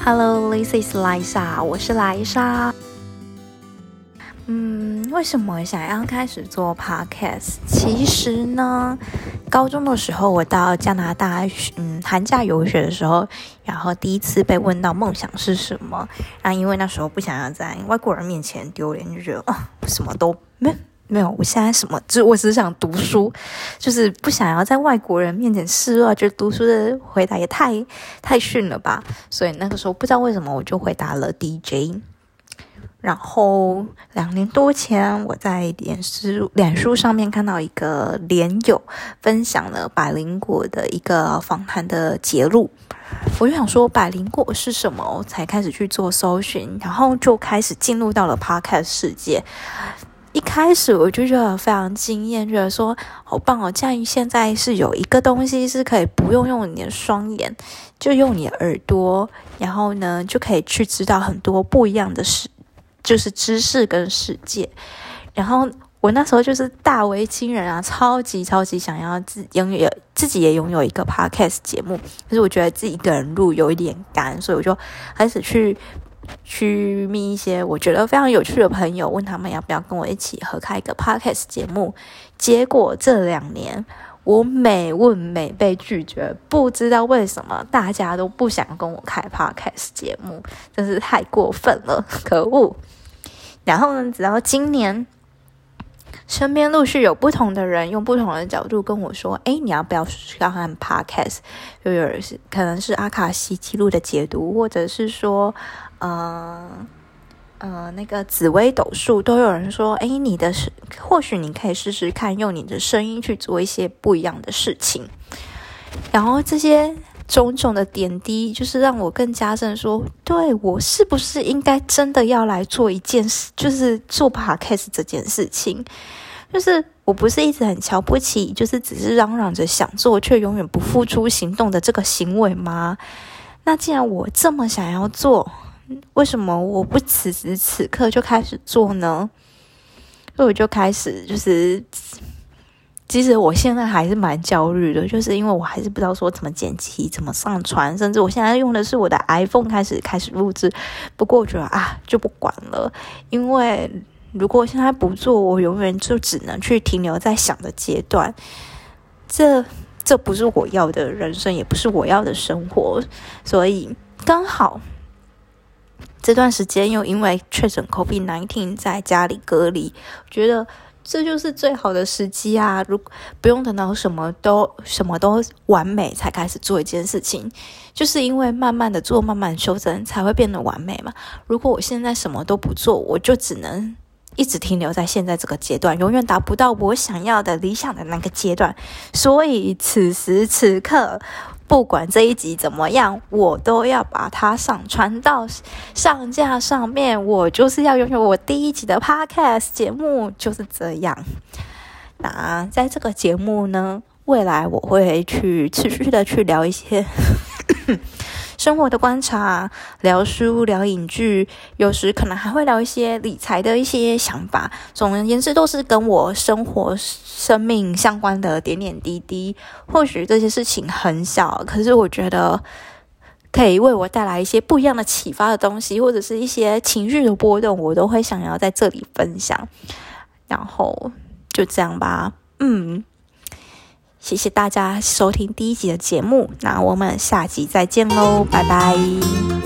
Hello, this is 莱莎，我是莱莎。为什么想要开始做 podcast？ 其实呢，高中的时候我到加拿大寒假游学的时候，然后第一次被问到梦想是什么。因为那时候不想要在外国人面前丢脸，就觉得什么都没有，我现在什么，我只想读书，就是不想要在外国人面前示弱，就读书的回答也太逊了吧。所以那个时候不知道为什么我就回答了 DJ。然后2年多前，我在脸书上面看到一个连友分享了百灵果的一个访谈的节录，我就想说百灵果是什么，我才开始去做搜寻，然后就开始进入到了 podcast 世界。一开始我就觉得非常惊艳，觉得说好棒哦！这样现在是有一个东西是可以不用你的双眼，就用你的耳朵，然后呢就可以去知道很多不一样的事，就是知识跟世界。然后我那时候就是大为惊人啊，超级想要自己也拥有一个 podcast 节目，可是我觉得自己一个人录有一点干，所以我就开始去密一些我觉得非常有趣的朋友，问他们要不要跟我一起合开一个 podcast 节目。结果这2年我每问每被拒绝，不知道为什么大家都不想跟我开 podcast 节目，真是太过分了，可恶。然后呢，直到今年身边陆续有不同的人用不同的角度跟我说，你要不要试看看 podcast？ 就有人可能是阿卡西记录的解读，或者是说那个紫微斗数，都有人说或许你可以试试看用你的声音去做一些不一样的事情。然后这些种种的点滴就是让我更加深说，对，我是不是应该真的要来做一件事，就是做 podcast 这件事情。就是我不是一直很瞧不起就是只是嚷嚷着想做却永远不付出行动的这个行为吗？那既然我这么想要做，为什么我不此时此刻就开始做呢？所以我就开始其实我现在还是蛮焦虑的，就是因为我还是不知道说怎么剪辑怎么上传，甚至我现在用的是我的 iPhone 开始录制。不过我觉得就不管了，因为如果我现在不做，我永远就只能去停留在想的阶段，这不是我要的人生，也不是我要的生活。所以刚好这段时间又因为确诊 COVID-19 在家里隔离，我觉得这就是最好的时机啊！不用等到什么都完美才开始做一件事情，就是因为慢慢的做，慢慢的修正，才会变得完美嘛。如果我现在什么都不做，我就只能一直停留在现在这个阶段，永远达不到我想要的理想的那个阶段。所以此时此刻，不管这一集怎么样，我都要把它上传到上架上面。我就是要拥有我第1集的 podcast 节目，就是这样。那在这个节目呢，未来我会去持续的去聊一些生活的观察，聊书，聊影剧，有时可能还会聊一些理财的一些想法。总而言之，都是跟我生活生命相关的点点滴滴。或许这些事情很小，可是我觉得可以为我带来一些不一样的启发的东西，或者是一些情绪的波动，我都会想要在这里分享。然后就这样吧，谢谢大家收听第1集的节目，那我们下集再见喽，拜拜。